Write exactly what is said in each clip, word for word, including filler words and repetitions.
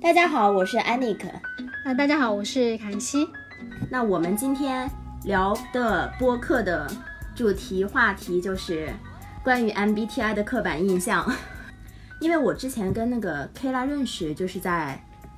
大家好，我是安妮克。 啊，大家好，我是凯西。 那我们今天聊的播客的主题话题就是关于 M B T I 的刻板印象。因为我之前跟那个 Kayla 认识，就是在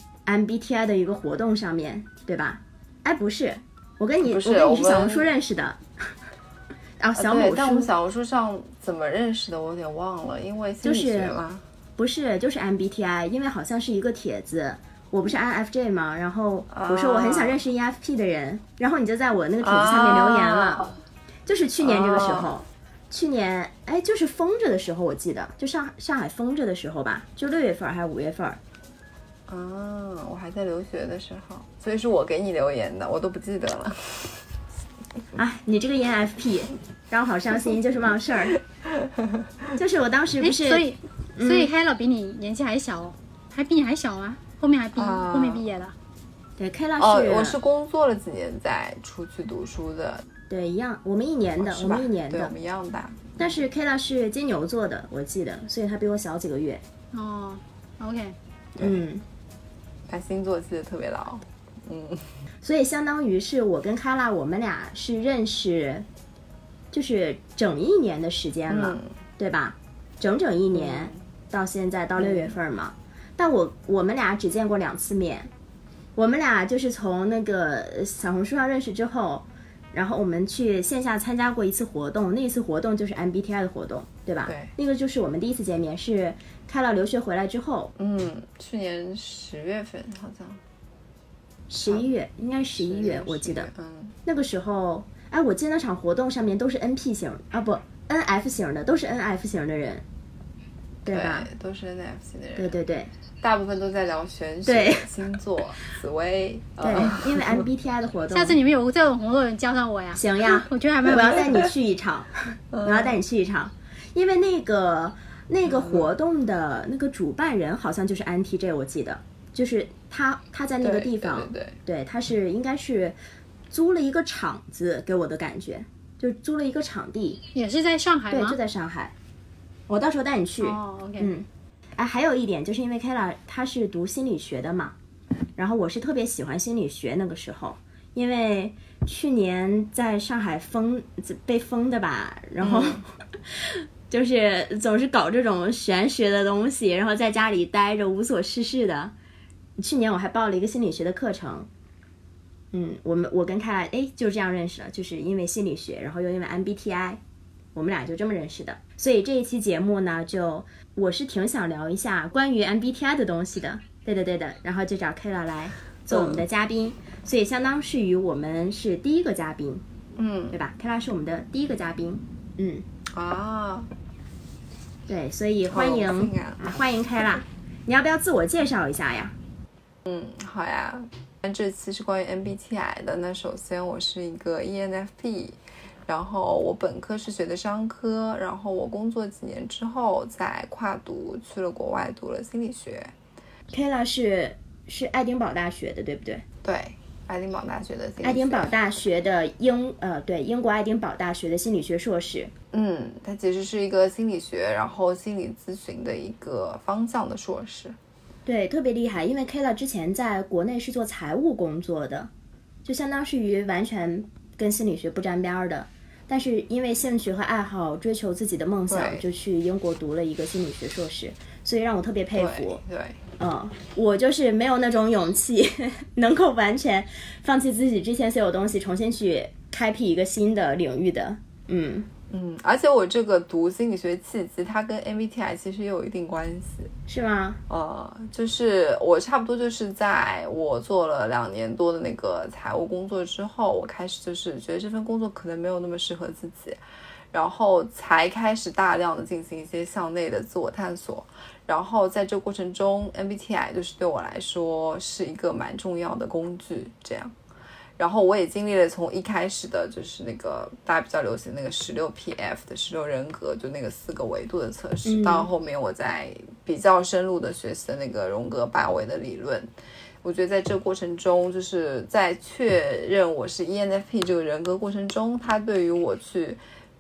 M B T I 的一个活动上面，对吧？哎，不是，我跟你， 不是我跟你是小红书认识的。啊，小某书、 啊、但我们小红书上怎么认识的，我有点忘了，因为心理学嘛。就是不是，就是 M B T I， 因为好像是一个帖子，我不是 I N F J 嘛，然后我说我很想认识 E N F P 的人，啊、然后你就在我那个帖子下面留言了，啊、就是去年这个时候，啊、去年哎，就是封着的时候，我记得就上上海封着的时候吧，就六月份还是五月份。 啊，我还在留学的时候，所以是我给你留言的，我都不记得了。 啊，你这个 E N F P 让我好伤心，就是忘事儿。就是我当时不是， 所以。所以 Kayla 比你年纪还小，嗯、还比你还小啊，后面还毕、啊、后面毕业的。 对 Kayla 是、 哦，我是工作了几年再出去读书的。 对，一样，我们一年的， 哦、 我们一年的， 对，我们一样大。 但是 Kayla 是金牛座的，我记得，所以她比我小几个月。 哦 ，OK， 嗯， 他星座记得特别牢，嗯， 所以相当于是我跟 Kayla 我们俩是认识，就是整一年的时间了，嗯、对吧？整整一年。嗯，到现在到六月份嘛，嗯、但我我们俩只见过两次面，我们俩就是从那个小红书上认识之后，然后我们去线下参加过一次活动，那一次活动就是 M B T I 的活动，对吧？ 对， 那个就是我们第一次见面，是开了留学回来之后， 嗯，去年十月份好像， 十一月应该十一月，我记得， 嗯， 那个时候，哎，我记得那场活动上面都是 N P 型啊，不 N F 型的，都是 N F 型的人。对吧？ 对，都是 N F 型的人。 对对对， 大部分都在聊玄学、星座、紫微。 对，呃、因为 M B T I 的活动。 下次你们有这种活动，教上我呀。 行呀， 我觉得还蛮有。 我要带你去一场，我要带你去一场，因为那个那个活动的那个主办人好像就是 I N T J， 我记得，就是他他在那个地方， 对对 对, 对，他是应该是租了一个场子，给我的感觉，就租了一个场地。 也是在上海吗？ 对，就在上海。我到时候带你去。 哦、oh, ，OK。 嗯，哎，还有一点就是因为 Kayla 她是读心理学的嘛，然后我是特别喜欢心理学那个时候，因为去年在上海封被封的吧，然后、嗯、就是总是搞这种玄学的东西，然后在家里待着无所事事的。去年我还报了一个心理学的课程。嗯，我们我跟 Kayla 哎就这样认识了，就是因为心理学，然后又因为 M B T I。我们俩就这么认识的，所以这一期节目呢，就我是挺想聊一下关于 M B T I 的东西的，对的对的，然后就找 Kayla 来做我们的嘉宾，嗯、所以相当是于我们是第一个嘉宾， 嗯， 对吧 ？Kayla 是我们的第一个嘉宾，嗯， 啊， 对，所以欢迎、 啊啊、欢迎 Kayla， 你要不要自我介绍一下呀？ 嗯，好呀，这期是关于 M B T I 的，那首先我是一个 E N F P。然后我本科是学的商科，然后我工作几年之后再跨读去了国外读了心理学。 Kayla 是是爱丁堡大学的，对不对？ 对，爱丁堡大学的心理学。 爱丁堡大学的英呃对英国爱丁堡大学的心理学硕士。 嗯，它其实是一个心理学，然后心理咨询的一个方向的硕士。 对，特别厉害，因为 Kayla 之前在国内是做财务工作的，就相当是于完全跟心理学不沾边的。但是因为兴趣和爱好追求自己的梦想，就去英国读了一个心理学硕士，所以让我特别佩服。 对，对嗯，我就是没有那种勇气能够完全放弃自己之前所有东西，重新去开辟一个新的领域的。嗯嗯，而且我这个读心理学契机，它跟 M B T I 其实也有一定关系。 是吗？ 呃，就是我差不多就是在我做了两年多的那个财务工作之后，我开始就是觉得这份工作可能没有那么适合自己，然后才开始大量的进行一些向内的自我探索。然后在这个过程中 M B T I 就是对我来说是一个蛮重要的工具，这样。然后我也经历了从一开始的就是那个大家比较流行的那个十六 P F 的十六人格，就那个四个维度的测试、嗯、到后面我在比较深入的学习的那个荣格八维的理论。我觉得在这个过程中，就是在确认我是 E N F P 这个人格过程中，它对于我去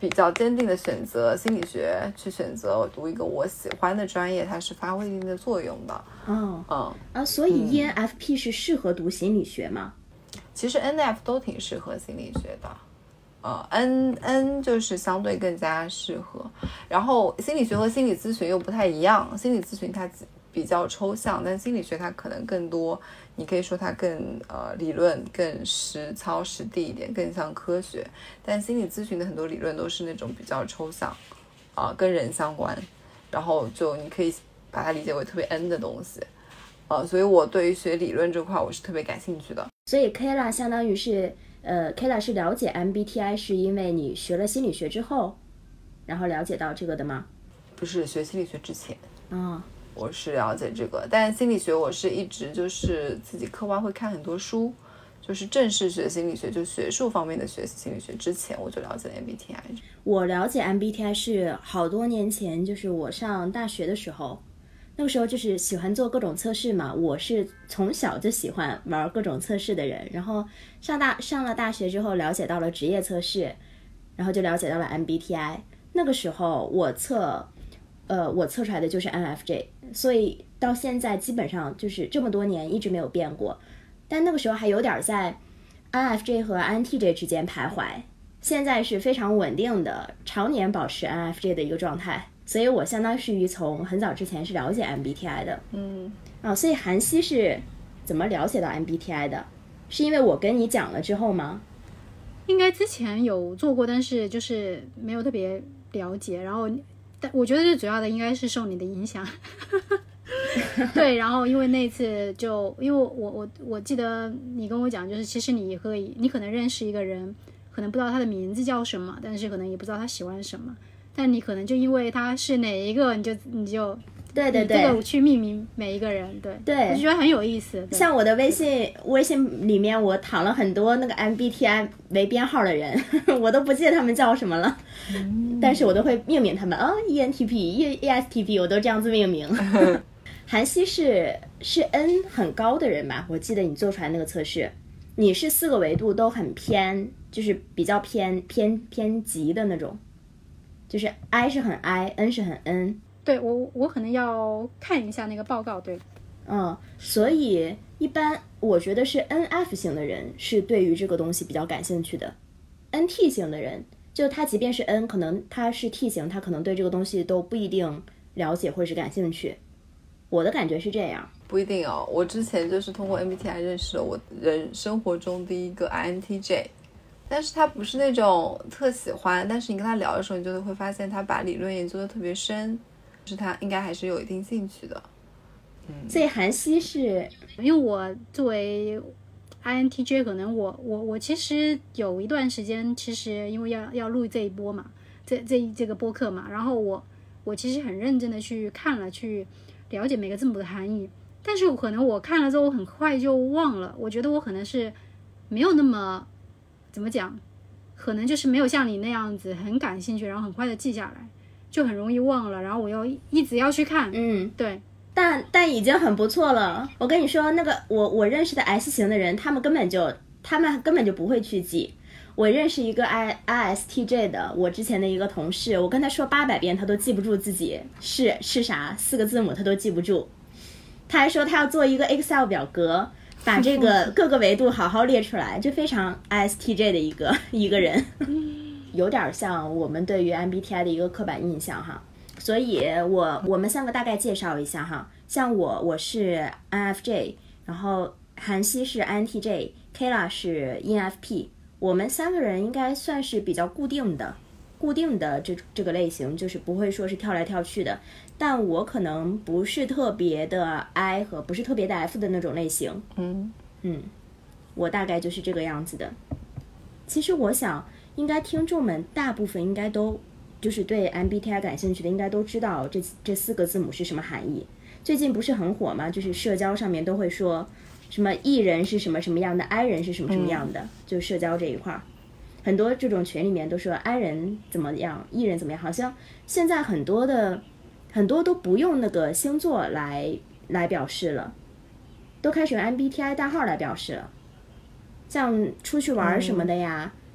比较坚定的选择心理学，去选择读一个我喜欢的专业，它是发挥一定的作用的。 哦， 嗯啊，所以 E N F P 是适合读心理学吗？ 其实 N F 都挺适合心理学的。呃 N N 就是相对更加适合，然后心理学和心理咨询又不太一样，心理咨询它比较抽象，但心理学它可能更多，你可以说它更呃理论更实操实地一点，更像科学，但心理咨询的很多理论都是那种比较抽象啊、呃，跟人相关，然后就你可以把它理解为特别 N 的东西，呃，所以我对于学理论这块我是特别感兴趣的。 所以 Kayla 相当于是呃 Kayla 是了解 M B T I 是因为你学了心理学之后然后了解到这个的吗？ 不是，学心理学之前哦， 我是了解这个，但心理学我是一直就是自己课外会看很多书，就是正式学心理学就学术方面的学习心理学之前我就了解了 M B T I。 我了解 M B T I 是好多年前，就是我上大学的时候，那个时候就是喜欢做各种测试嘛，我是从小就喜欢玩各种测试的人，然后上大上了大学之后了解到了职业测试，然后就了解到了 M B T I。 那个时候我测呃我测出来的就是 N F J， 所以到现在基本上就是这么多年一直没有变过，但那个时候还有点在 N F J 和 I N T J 之间徘徊，现在是非常稳定的常年保持 N F J 的一个状态，所以我相当于从很早之前是了解 M B T I 的。 嗯， 啊，所以韩熙是怎么了解到 M B T I 的？是因为我跟你讲了之后吗？ 应该之前有做过，但是就是没有特别了解，然后但我觉得最主要的应该是受你的影响。对，然后因为那次就因为我我我记得你跟我讲，就是其实你可以你可能认识一个人，可能不知道他的名字叫什么，但是可能也不知道他喜欢什么，但你可能就因为他是哪一个，你就你就对对对， 这个去命名每一个人，对对， 我就觉得很有意思。 像我的微信微信里面，我躺了很多那个 M B T I 为编号的人，我都不记得他们叫什么了，嗯、但是我都会命名他们啊、哦、，E N T P、E S T P， 我都这样子命名。韩熙是是 N 很高的人吧？我记得你做出来那个测试，你是四个维度都很偏，就是比较偏偏偏极的那种，就是 I 是很 I，N 是很 N。 对，我我可能要看一下那个报告。对， 嗯，所以一般我觉得是 N F 型的人是对于这个东西比较感兴趣的。N T 型的人，就他即便是 N， 可能他是 T 型，他可能对这个东西都不一定了解或者是感兴趣。我的感觉是这样。 不一定哦，我之前就是通过 M B T I 认识了我人生活中第一个 I N T J， 但是他不是那种特喜欢，但是你跟他聊的时候，你就会发现他把理论研究的特别深，就是他应该还是有一定兴趣的。嗯， 所以韩熙是因为我作为 I N T J， 可能我我我其实有一段时间，其实因为要要录这一波嘛，这这这个播客嘛，然后我我其实很认真的去看了，去了解每个字母的含义，但是可能我看了之后，我很快就忘了。我觉得我可能是没有那么怎么讲，可能就是没有像你那样子很感兴趣，然后很快的记下来，就很容易忘了。然后我又一直要去看， 嗯， 对。 但但已经很不错了。我跟你说，那个我我认识的 S 型的人，他们根本就他们根本就不会去记。我认识一个 I S T J 的，我之前的一个同事，我跟他说八百遍，他都记不住自己是是啥，四个字母他都记不住。他还说他要做一个 Excel 表格，把这个各个维度好好列出来，就非常 I S T J 的一个一个人，有点像我们对于 M B T I 的一个刻板印象哈。所以我我们三个大概介绍一下哈，像我我是 I N F J， 然后韩熙是 I N T J，Kayla 是 E N F P， 我们三个人应该算是比较固定的固定的这这个类型，就是不会说是跳来跳去的，但我可能不是特别的 I 和不是特别的 F 的那种类型。 嗯嗯，我大概就是这个样子的。其实我想应该听众们大部分应该都就是对 M B T I 感兴趣的，应该都知道这这四个字母是什么含义。最近不是很火吗？就是社交上面都会说什么 E 人是什么什么样的， I 人是什么什么样的，嗯、就社交这一块，很多这种群里面都说 I 人怎么样 ，E 人怎么样，好像现在很多的很多都不用那个星座来来表示了，都开始用 M B T I 代号来表示了。像出去玩什么的呀。嗯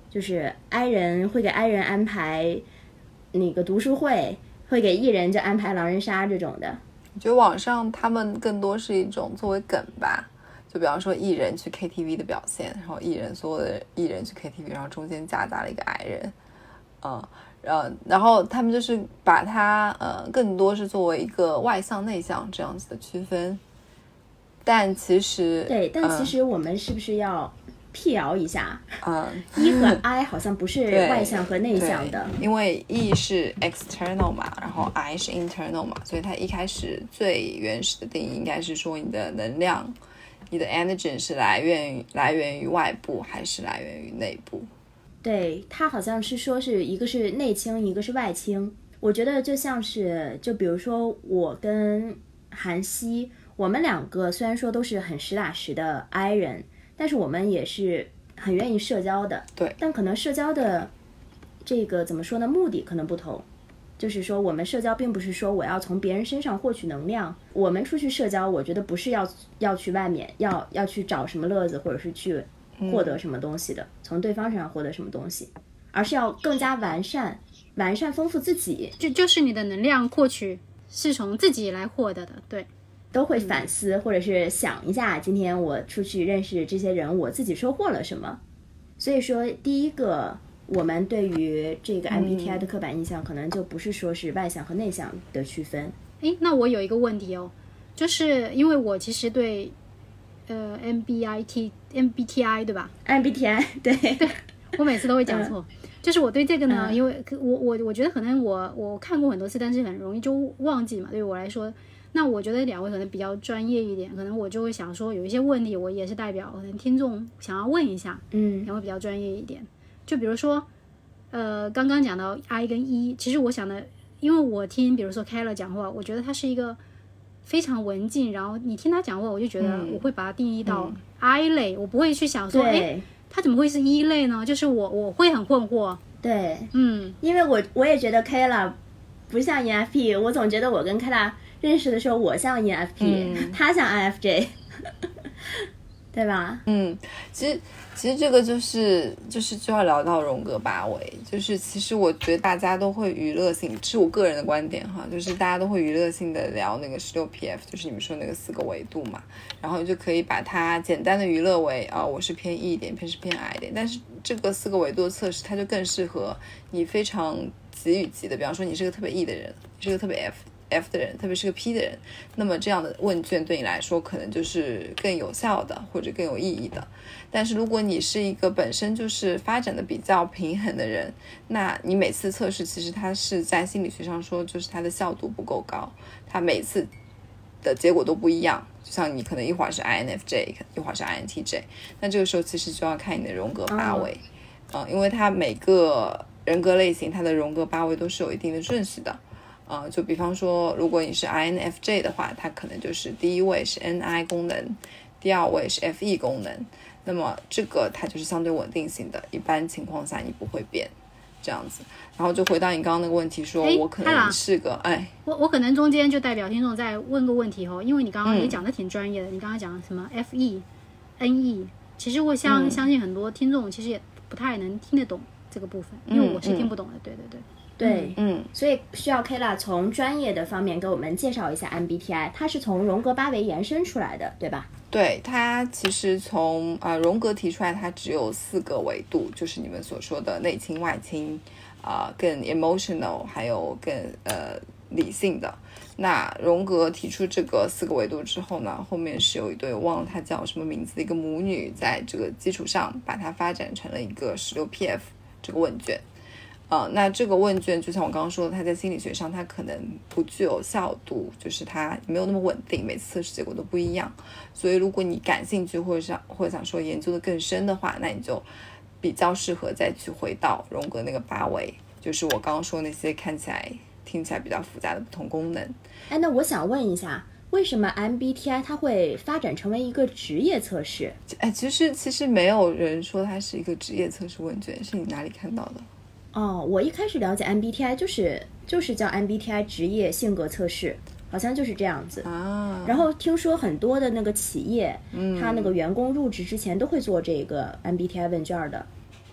就是 I 人会给 I 人安排那个读书会，会给 E 人就安排狼人杀这种的。 我觉得网上他们更多是一种作为梗吧，就比方说 E 人去 K T V 的表现，然后 E 人所有的 E 人去 K T V， 然后中间夹杂了一个 I 人，嗯。呃，然后他们就是把它呃更多是作为一个外向内向这样子的区分，但其实对，但其实我们是不是要辟谣一下？ 嗯 ，E 和 I 好像不是外向和内向的， 因为 E 是 external 嘛，然后 I 是 internal 嘛，所以它一开始最原始的定义应该是说你的能量，你的 energy 是来源于来源于外部还是来源于内部。 对，他好像是说是一个是内倾，一个是外倾。我觉得就像是，就比如说我跟韩熙，我们两个虽然说都是很实打实的 I 人，但是我们也是很愿意社交的。 对， 但可能社交的这个怎么说呢？目的可能不同。就是说，我们社交并不是说我要从别人身上获取能量，我们出去社交，我觉得不是要要去外面，要要去找什么乐子，或者是去获得什么东西的，从对方身上获得什么东西，而是要更加完善、完善、丰富自己。 就就是你的能量获取是从自己来获得的，对， 都会反思或者是想一下，今天我出去认识这些人，我自己收获了什么。所以说，第一个，我们对于这个 M B T I 的刻板印象，可能就不是说是外向和内向的区分。 诶，那我有一个问题哦，就是因为我其实对。呃 ，M B I T M B T I 对吧 ？M B T I 对对，我每次都会讲错。嗯、就是我对这个呢， 嗯、 因为我我我觉得可能我我看过很多次，但是很容易就忘记嘛。对于我来说，那我觉得两位可能比较专业一点，可能我就会想说有一些问题，我也是代表可能听众想要问一下， 嗯， 两位比较专业一点。就比如说，呃，刚刚讲到 I 跟 E， 其实我想的，因为我听比如说 Keller 讲话，我觉得他是一个。非常文静，然后你听他讲话，我就觉得我会把它定义到 I 类，嗯、我不会去想说，哎，他怎么会是 E 类呢？就是我我会很困惑。 对， 嗯， 因为我我也觉得 Kayla 不像 E N F P， 我总觉得我跟 Kayla 认识的时候，我像 E N F P，、嗯、他像 I N F J， 对吧？ 嗯，其实其实这个就是就是就要聊到荣格八维，就是其实我觉得大家都会娱乐性，这是我个人的观点哈，就是大家都会娱乐性的聊那个十六 P F， 就是你们说那个四个维度嘛，然后就可以把它简单的娱乐为啊、呃，我是偏 E 一点，偏是偏 I 一点，但是这个四个维度的测试，它就更适合你非常极与极的，比方说你是个特别 E 的人，你是个特别 F。F 的人，特别是个 P 的人，那么这样的问卷对你来说可能就是更有效的或者更有意义的。但是如果你是一个本身就是发展的比较平衡的人，那你每次测试其实它是在心理学上说就是它的效度不够高，它每次的结果都不一样，就像你可能一会儿是 I N F J 一会儿是 I N T J， 那这个时候其实就要看你的荣格八维、嗯呃、因为它每个人格类型它的荣格八维都是有一定的顺序的。呃，就比方说，如果你是 I N F J 的话，它可能就是第一位是 N I 功能，第二位是 F E 功能，那么这个它就是相对稳定性的，一般情况下你不会变，这样子。然后就回到你刚刚那个问题说，我可能是个哎， 我我可能中间就代表听众再问个问题哦，因为你刚刚也讲的挺专业的，嗯、你刚刚讲什么 F E、N E， 其实我相、嗯、相信很多听众其实也不太能听得懂这个部分，因为我是听不懂的，嗯、对对对。 对，嗯，所以需要 Kayla 从专业的方面给我们介绍一下 M B T I， 它是从荣格八维延伸出来的，对吧？ 对，它其实从呃荣格提出来，它只有四个维度，就是你们所说的内倾、外倾，啊、呃，更 emotional， 还有更呃理性的。那荣格提出这个四个维度之后呢，后面是有一对我忘了它叫什么名字的一个母女，在这个基础上把它发展成了一个十六 P F 这个问卷。呃，那这个问卷就像我刚刚说的，它在心理学上它可能不具有效度，就是它没有那么稳定，每次测试结果都不一样。所以如果你感兴趣或者想或者想说研究的更深的话，那你就比较适合再去回到荣格那个八维，就是我刚刚说那些看起来听起来比较复杂的不同功能。 哎，那我想问一下，为什么 M B T I 它会发展成为一个职业测试？ 哎，其实其实没有人说它是一个职业测试问卷，是你哪里看到的？ 哦，我一开始了解 M B T I 就是就是叫 M B T I 职业性格测试，好像就是这样子啊。 然后听说很多的那个企业，嗯，他那个员工入职之前都会做这个 M B T I 问卷的。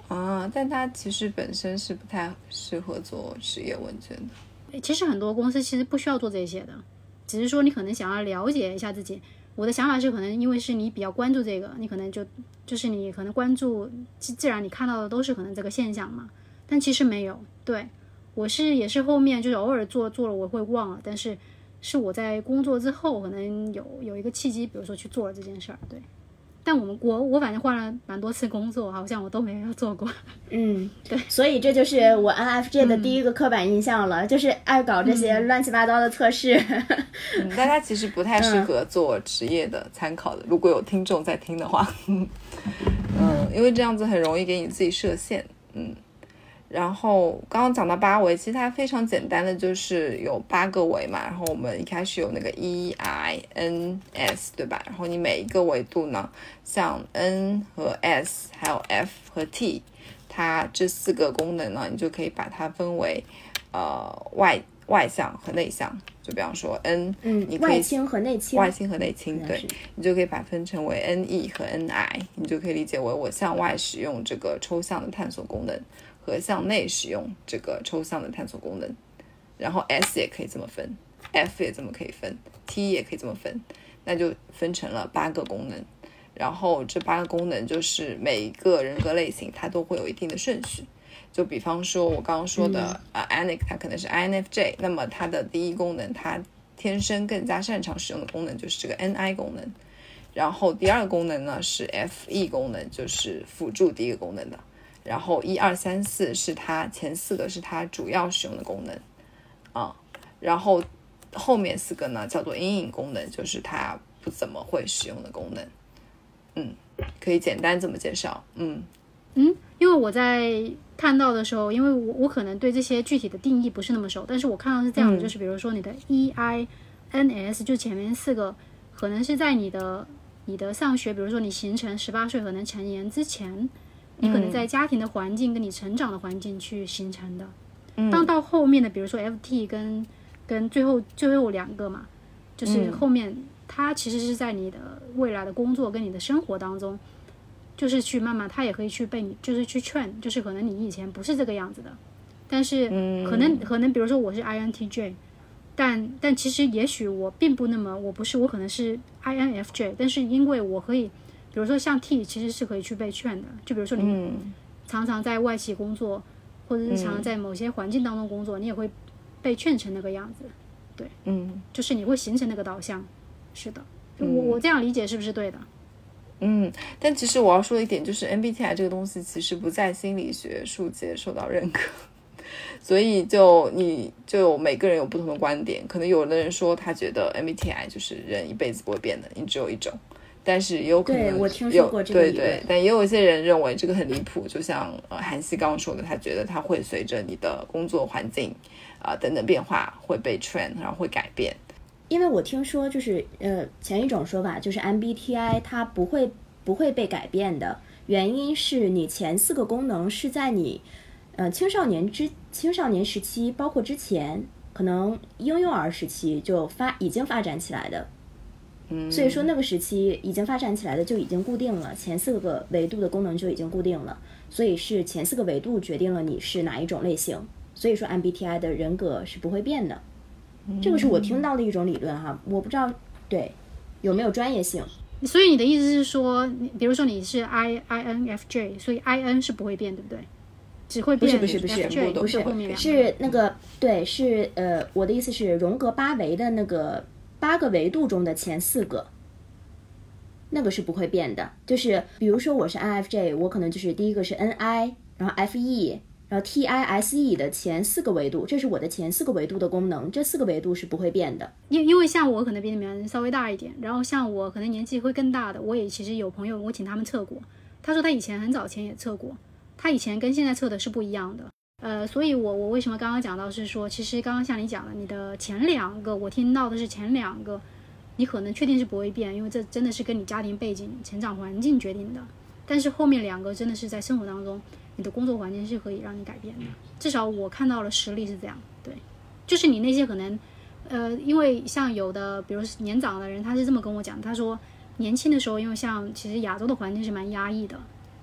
啊，但它其实本身是不太适合做职业问卷的。 其实很多公司其实不需要做这些的，只是说你可能想要了解一下自己。我的想法是，可能因为是你比较关注这个，你可能就就是你可能关注，自然你看到的都是可能这个现象嘛。但其实没有，对我是也是后面就是偶尔做做了我会忘了，但是是我在工作之后可能有有一个契机，比如说去做了这件事儿，对。但我们我我反正换了蛮多次工作，好像我都没有做过。 嗯， 对， 所以这就是我 N F J 的第一个刻板印象了，嗯、就是爱搞这些乱七八糟的测试。 嗯，但它其实不太适合做职业的参考的。嗯、如果有听众在听的话，嗯，因为这样子很容易给你自己设限。嗯。然后刚刚讲到八维，其实它非常简单的，就是有八个维嘛，然后我们一开始有那个 E I N S 对吧，然后你每一个维度呢，像 N 和 S 还有 F 和 T， 它这四个功能呢，你就可以把它分为呃外外向和内向，就比方说 N， 嗯， 你可以外倾和内倾， 外倾和内倾，对，你就可以把它分成为 N E 和 N I， 你就可以理解为我向外使用这个抽象的探索功能，和向内使用这个抽象的探索功能。然后 S 也可以这么分， F 也这么可以分， T 也可以这么分，那就分成了八个功能。然后这八个功能就是每一个人格类型它都会有一定的顺序，就比方说我刚刚说的、嗯、啊 Anik 它可能是 I N F J， 那么它的第一功能它天生更加擅长使用的功能就是这个 N I 功能，然后第二个功能呢是 F E 功能，就是辅助第一个功能的，然后一二三四是它前四个是它主要使用的功能啊，然后后面四个呢叫做阴影功能，就是它不怎么会使用的功能。嗯，可以简单这么介绍。嗯嗯，因为我在看到的时候，因为我我可能对这些具体的定义不是那么熟，但是我看到是这样的、嗯、就是比如说你的 E I N S 就前面四个可能是在你的你的上学，比如说你形成十八岁可能成年之前，你可能在家庭的环境跟你成长的环境去形成的。嗯，当到后面的比如说 F T 跟跟最后最后两个嘛，就是后面、嗯、它其实是在你的未来的工作跟你的生活当中，就是去慢慢它也可以去被你就是去劝，就是可能你以前不是这个样子的，但是可能、嗯、可能比如说我是 I N T J， 但但其实也许我并不那么，我不是，我可能是 I N F J， 但是因为我可以比如说像 T 其实是可以去被劝的，就比如说你常常在外企工作、嗯、或者是常常在某些环境当中工作、嗯、你也会被劝成那个样子，对，嗯，就是你会形成那个导向。是的，我我这样理解是不是对的？ 嗯，但其实我要说一点，就是 M B T I 这个东西其实不在心理学术界受到认可，所以就你就每个人有不同的观点，可能有的人说他觉得 M B T I 就是人一辈子不会变的，你只有一种，但是也有可能有， 对，我听说过这个理论， 对对，但也有一些人认为这个很离谱，就像呃韩熙刚刚说的，他觉得他会随着你的工作环境啊、呃、等等变化会被 train， 然后会改变。 因为我听说就是呃前一种说法就是 M B T I 它不会不会被改变的，原因是你前四个功能是在你呃青少年之青少年时期，包括之前可能婴幼儿时期就发已经发展起来的，嗯，所以说那个时期已经发展起来的就已经固定了，前四个维度的功能就已经固定了，所以是前四个维度决定了你是哪一种类型，所以说 M B T I 的人格是不会变的。这个是我听到的一种理论哈，我不知道对有没有专业性。 所以你的意思是说，比如说你是 I I N F J， 所以 I N 是不会变，对不对？只会变， 不是不是不是不是后面是那个对是呃我的意思是荣格八维的那个八个维度中的前四个，那个是不会变的。就是比如说我是 I N F J， 我可能就是第一个是 N I， 然后 F E。然后 T I S E 的前四个维度，这是我的前四个维度的功能，这四个维度是不会变的。 因因为像我可能比你们稍微大一点，然后像我可能年纪会更大的，我也其实有朋友我请他们测过，他说他以前很早前也测过，他以前跟现在测的是不一样的。呃，所以我我为什么刚刚讲到是说，其实刚刚像你讲的，你的前两个我听到的是前两个，你可能确定是不会变，因为这真的是跟你家庭背景、成长环境决定的。但是后面两个真的是在生活当中。你的工作环境是可以让你改变的，至少我看到了实例是这样。对，就是你那些可能，呃，因为像有的，比如年长的人，他是这么跟我讲，他说年轻的时候，因为像其实亚洲的环境是蛮压抑的，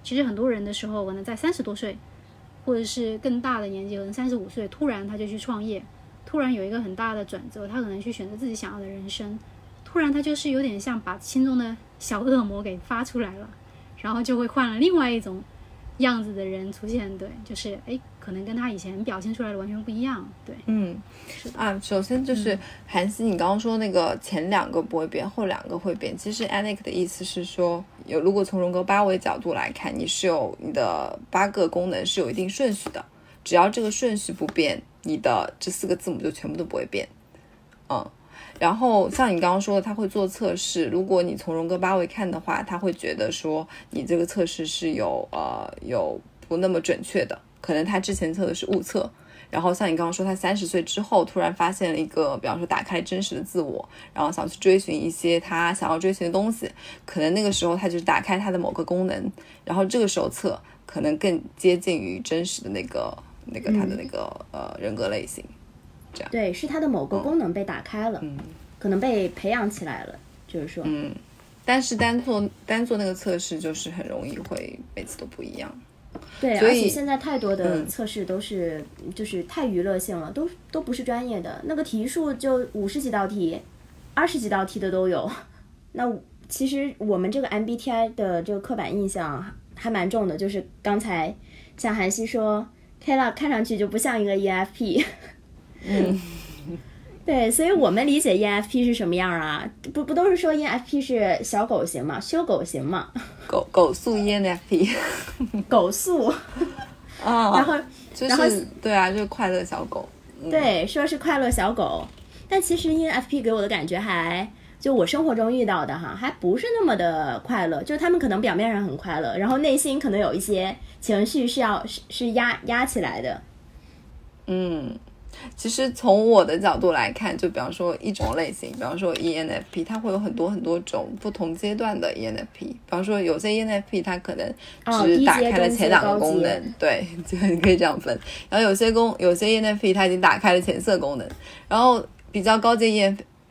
其实很多人的时候可能在三十多岁或者是更大的年纪，可能三十五岁突然他就去创业，突然有一个很大的转折，他可能去选择自己想要的人生，突然他就是有点像把心中的小恶魔给发出来了，然后就会换了另外一种样子的人出现。对，就是哎，可能跟他以前表现出来的完全不一样。对， 嗯，啊，首先就是韩熙，你刚刚说那个前两个不会变，后两个会变。其实 Anik 的意思是说，有如果从荣格八维角度来看，你是有你的八个功能是有一定顺序的，只要这个顺序不变，你的这四个字母就全部都不会变。嗯。然后像你刚刚说的，他会做测试，如果你从荣格八维看的话，他会觉得说你这个测试是有呃有不那么准确的，可能他之前测的是误测。然后像你刚刚说他三十岁之后突然发现了一个，比方说打开真实的自我，然后想去追寻一些他想要追寻的东西，可能那个时候他就是打开他的某个功能，然后这个时候测可能更接近于真实的那个那个他的那个、嗯、呃人格类型。这样对，是他的某个功能被打开了、 嗯、 可能被培养起来了，就是说嗯，但是单做单做那个测试就是很容易会每次都不一样。 对， 所以而且现在太多的嗯测试都是、就是太娱乐性了，都都不是专业的，那个题数就五十几道题二十几道题的都有。那其实我们这个 M B T I 的这个刻板印象还蛮重的，就是刚才像韩熙说 Kayla 看上去就不像一个 E N F P。 嗯， 对，所以我们理解 E N F P 是什么样啊？不不都是说 E N F P 是小狗型嘛，修狗型嘛， 狗狗素 E N F P， 狗素啊， 然后就是然后对啊，就是快乐小狗。嗯、 对，说是快乐小狗，但其实 E N F P 给我的感觉还就我生活中遇到的哈，还不是那么的快乐，就他们可能表面上很快乐，然后内心可能有一些情绪是要是是压压起来的。 嗯。其实从我的角度来看，就比方说一种类型，比方说 E N F P， 它会有很多很多种不同阶段的 E N F P。比方说有些 E N F P 它可能只打开了前两个功能，哦、对，就你可以这样分。然后有些功有些 E N F P 它已经打开了前色功能，然后比较高阶 E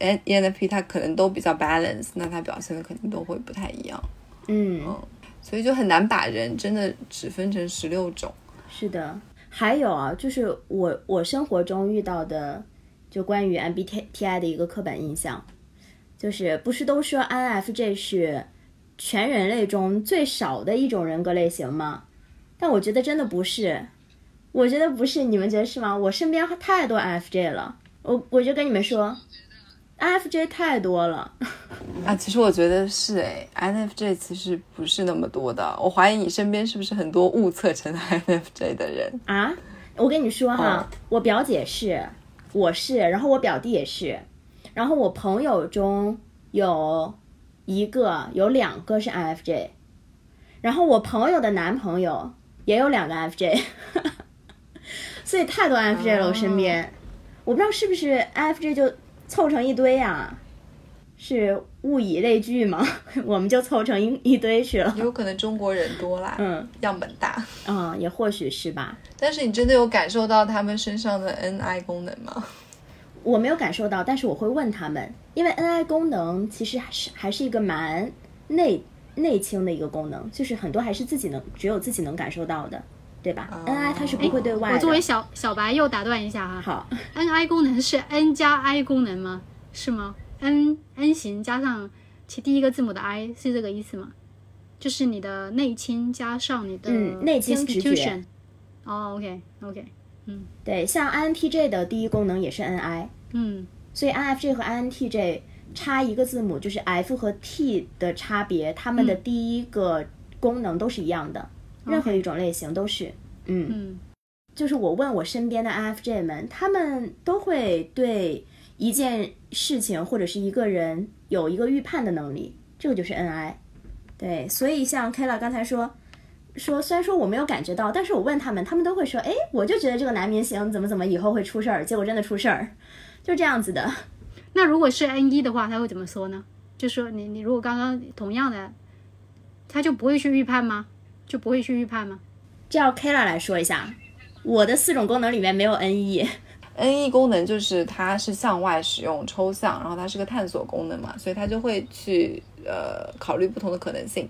N F P 它可能都比较 balance， 那它表现的肯定都会不太一样。 嗯, 嗯，所以就很难把人真的只分成十六种。 是的。还有啊，就是我我生活中遇到的，就关于 M B T I 的一个刻板印象，就是不是都说 I N F J 是全人类中最少的一种人格类型吗？但我觉得真的不是，我觉得不是，你们觉得是吗？我身边太多 I N F J 了，我我就跟你们说 I N F J 太多了啊，其实我觉得是诶 I N F J 其实不是那么多的，我怀疑你身边是不是很多误测成 I N F J 的人啊？我跟你说哈、哦、我表姐是，我是，然后我表弟也是，然后我朋友中有一个有两个是 I N F J， 然后我朋友的男朋友也有两个 I N F J 所以太多 I N F J 了、哦、我身边，我不知道是不是 I N F J 就凑成一堆啊，是物以类聚吗？我们就凑成一一堆去了。 有可能中国人多啦， 嗯， 样本大， 嗯，也或许是吧。 但是你真的有感受到他们身上的 N I 功能吗？ 我没有感受到，但是我会问他们，因为 N I 功能其实还是还是一个蛮内内倾的一个功能，就是很多还是自己能只有自己能感受到的。对吧、哦、N I 它是不会对外的。 我作为小小白又打断一下哈。 好 ，N I 功能是 N 加 I 功能吗？是吗 ？N N 型加上其第一个字母的 I 是这个意思吗？就是你的内倾加上你的嗯内倾直觉。 哦 ，OK OK， 嗯， 对，像 I N T J 的第一功能也是 N I， 嗯， 所以 I N F J 和 I N T J 差一个字母，就是 F 和 T 的差别，它们的第一个功能都是一样的。嗯任何一种类型都是，嗯嗯，就是我问我身边的 I N F J 们，他们都会对一件事情或者是一个人有一个预判的能力，这个就是 N I。对，所以像 Kayla 刚才说说，虽然说我没有感觉到，但是我问他们，他们都会说，哎，我就觉得这个男明星怎么怎么以后会出事儿，结果真的出事儿，就这样子的。 那如果是 N 一 的话，他会怎么说呢？就说你你如果刚刚同样的，他就不会去预判吗？就不会去预判吗？ 这要 Kayla 来说一下，我的四种功能里面没有 N 一。 N 一 功能就是它是向外使用抽象，然后它是个探索功能嘛，所以它就会去呃考虑不同的可能性，然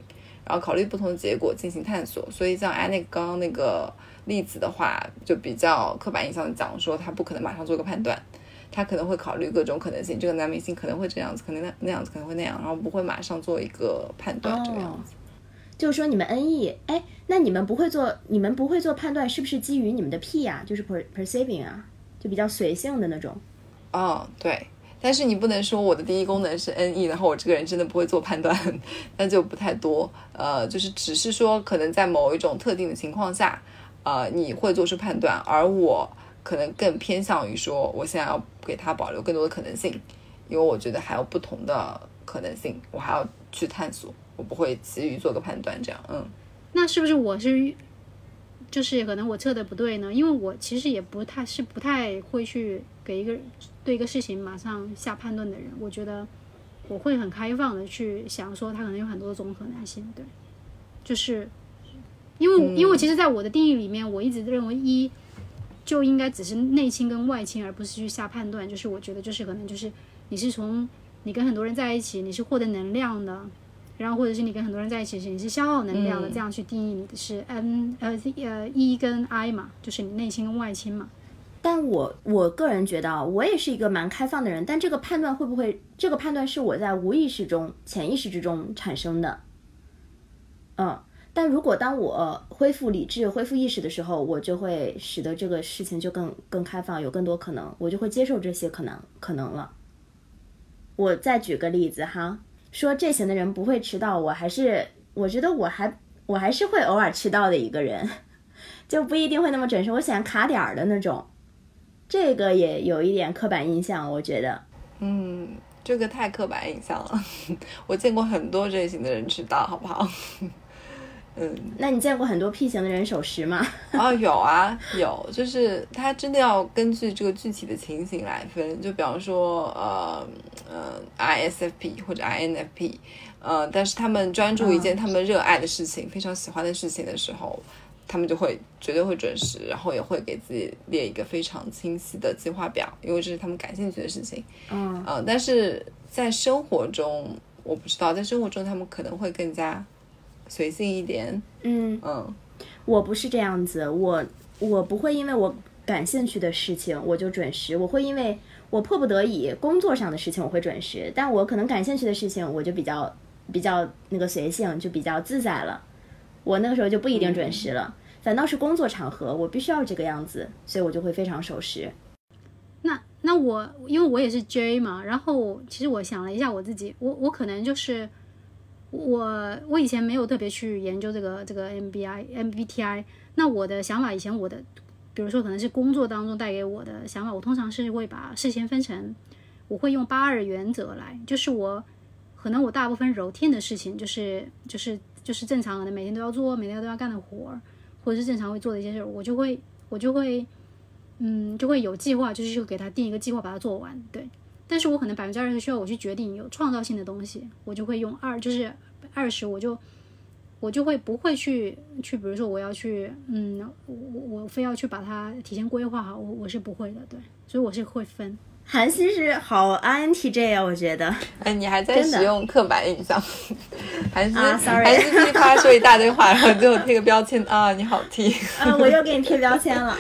然后考虑不同的结果进行探索。所以像安妮刚刚那个例子的话，就比较刻板印象讲说他不可能马上做个判断，他可能会考虑各种可能性，这个男明星可能会这样子，可能那那样子，可能会那样，然后不会马上做一个判断、哦、这个样子。 就是说你们 N E， 哎，那你们不会做，你们不会做判断，是不是基于你们的 P 啊？就是 per, perceiving 啊，就比较随性的那种。 哦，对。但是你不能说我的第一功能是 N E， 然后我这个人真的不会做判断，那就不太多。呃，就是只是说可能在某一种特定的情况下，呃，你会做出判断，而我可能更偏向于说，我现在要给他保留更多的可能性，因为我觉得还有不同的可能性，我还要去探索。我不会急于做个判断，这样，嗯， 那是不是我是，就是可能我测的不对呢？因为我其实也不太是不太会去给一个对一个事情马上下判断的人。我觉得我会很开放的去想说，它可能有很多种可能性，对，就是因为、嗯、因为其实在我的定义里面，我一直认为一就应该只是内倾跟外倾，而不是去下判断。就是我觉得就是可能就是你是从你跟很多人在一起，你是获得能量的。然后或者是你跟很多人在一起时你是消耗能量的、嗯、这样去定义你的是 N 呃呃 E 跟 I 嘛，就是你内倾跟外倾嘛。 但我我个人觉得我也是一个蛮开放的人，但这个判断会不会这个判断是我在无意识中潜意识之中产生的。嗯，但如果当我恢复理智恢复意识的时候，我就会使得这个事情就更更开放，有更多可能，我就会接受这些可能可能了。我再举个例子哈，说这型的人不会迟到，我还是我觉得我还我还是会偶尔迟到的一个人，就不一定会那么准时，我喜欢卡点儿的那种，这个也有一点刻板印象，我觉得。 嗯，这个太刻板印象了，我见过很多这型的人迟到，好不好？嗯， 那你见过很多 P 型的人守时吗？ 哦，有啊，有，就是他真的要根据这个具体的情形来分，就比方说呃呃 I S F P 或者 I N F P， 呃，但是他们专注一件他们热爱的事情、嗯、非常喜欢的事情的时候，他们就会绝对会准时，然后也会给自己列一个非常清晰的计划表，因为这是他们感兴趣的事情。 嗯、 呃、但是在生活中我不知道，在生活中他们可能会更加随性一点。 嗯嗯， 我不是这样子，我我不会因为我感兴趣的事情我就准时，我会因为我迫不得已工作上的事情我会准时，但我可能感兴趣的事情我就比较比较那个随性，就比较自在了，我那个时候就不一定准时了、嗯、反倒是工作场合我必须要这个样子，所以我就会非常守时。 那那我因为我也是 J 嘛，然后其实我想了一下我自己，我我可能就是我我以前没有特别去研究这个这个 M B I M B T I， 那我的想法以前我的比如说可能是工作当中带给我的想法，我通常是会把事情分成，我会用八二原则来，就是我可能我大部分 routine 的事情就是就是就是正常可能每天都要做每天都要干的活，或者是正常会做的一些事，我就会我就会嗯就会有计划，就是给他定一个计划把它做完，对。但是我可能百分之二十需要我去决定有创造性的东西，我就会用二，就是二十，我就我就会不会去去，比如说我要去，嗯，我我非要去把它提前规划好，我我是不会的，对，所以我是会分。 韩熙是好 I N T J 啊，我觉得。 哎，你还在使用刻板印象，还是、 啊、sorry， 还是噼里啪啦说一大堆话，然后最后贴个标签啊，你好 T。 啊，我又给你贴标签了。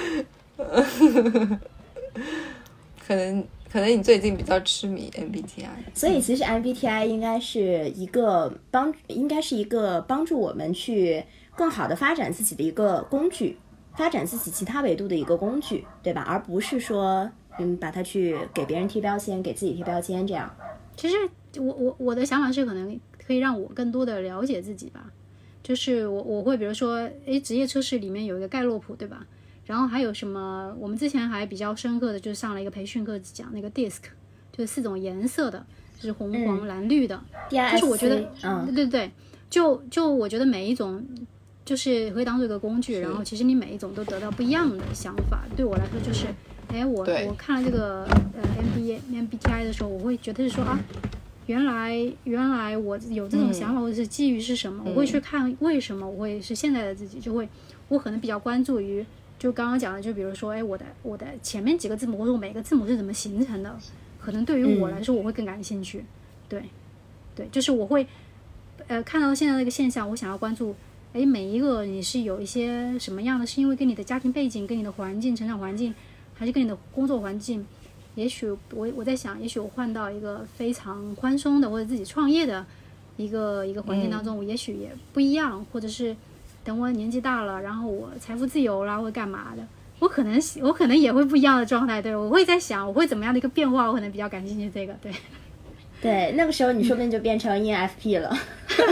可能。可能你最近比较痴迷 M B T I， 所以其实 M B T I 应该是一个帮，应该是一个帮助我们去更好的发展自己的一个工具，发展自己其他维度的一个工具，对吧？而不是说嗯把它去给别人贴标签，给自己贴标签这样。 其实我我我的想法是可能可以让我更多的了解自己吧，就是我我会比如说，诶，职业测试里面有一个盖洛普，对吧？然后还有什么？我们之前还比较深刻的，就是上了一个培训课，讲那个 D I S C， 就是四种颜色的，就是红、黄、蓝、绿的。 嗯、 就是我觉得， 嗯， 对对对，就就我觉得每一种就是可以当做一个工具，然后其实你每一种都得到不一样的想法。对我来说，就是，哎，我我看了这个呃 M B M B T I 的时候，我会觉得是说啊，原来原来我有这种想法，或者是基于是什么， 嗯、 我会去看为什么我会是现在的自己，就会我可能比较关注于。就刚刚讲的，就比如说，哎，我的我的前面几个字母，或者我每个字母是怎么形成的，可能对于我来说，我会更感兴趣。嗯、对，对，就是我会， 呃看到现在这个现象，我想要关注，哎，每一个你是有一些什么样的，是因为跟你的家庭背景、跟你的环境、成长环境，还是跟你的工作环境？也许我我在想，也许我换到一个非常宽松的或者自己创业的一个一个环境当中，我也许也不一样，或者是等我年纪大了，然后我财富自由啦，或干嘛的，我可能我可能也会不一样的状态。对，我会在想我会怎么样的一个变化，我可能比较感兴趣这个。对， 对，那个时候你说不定就变成 E N F P 了。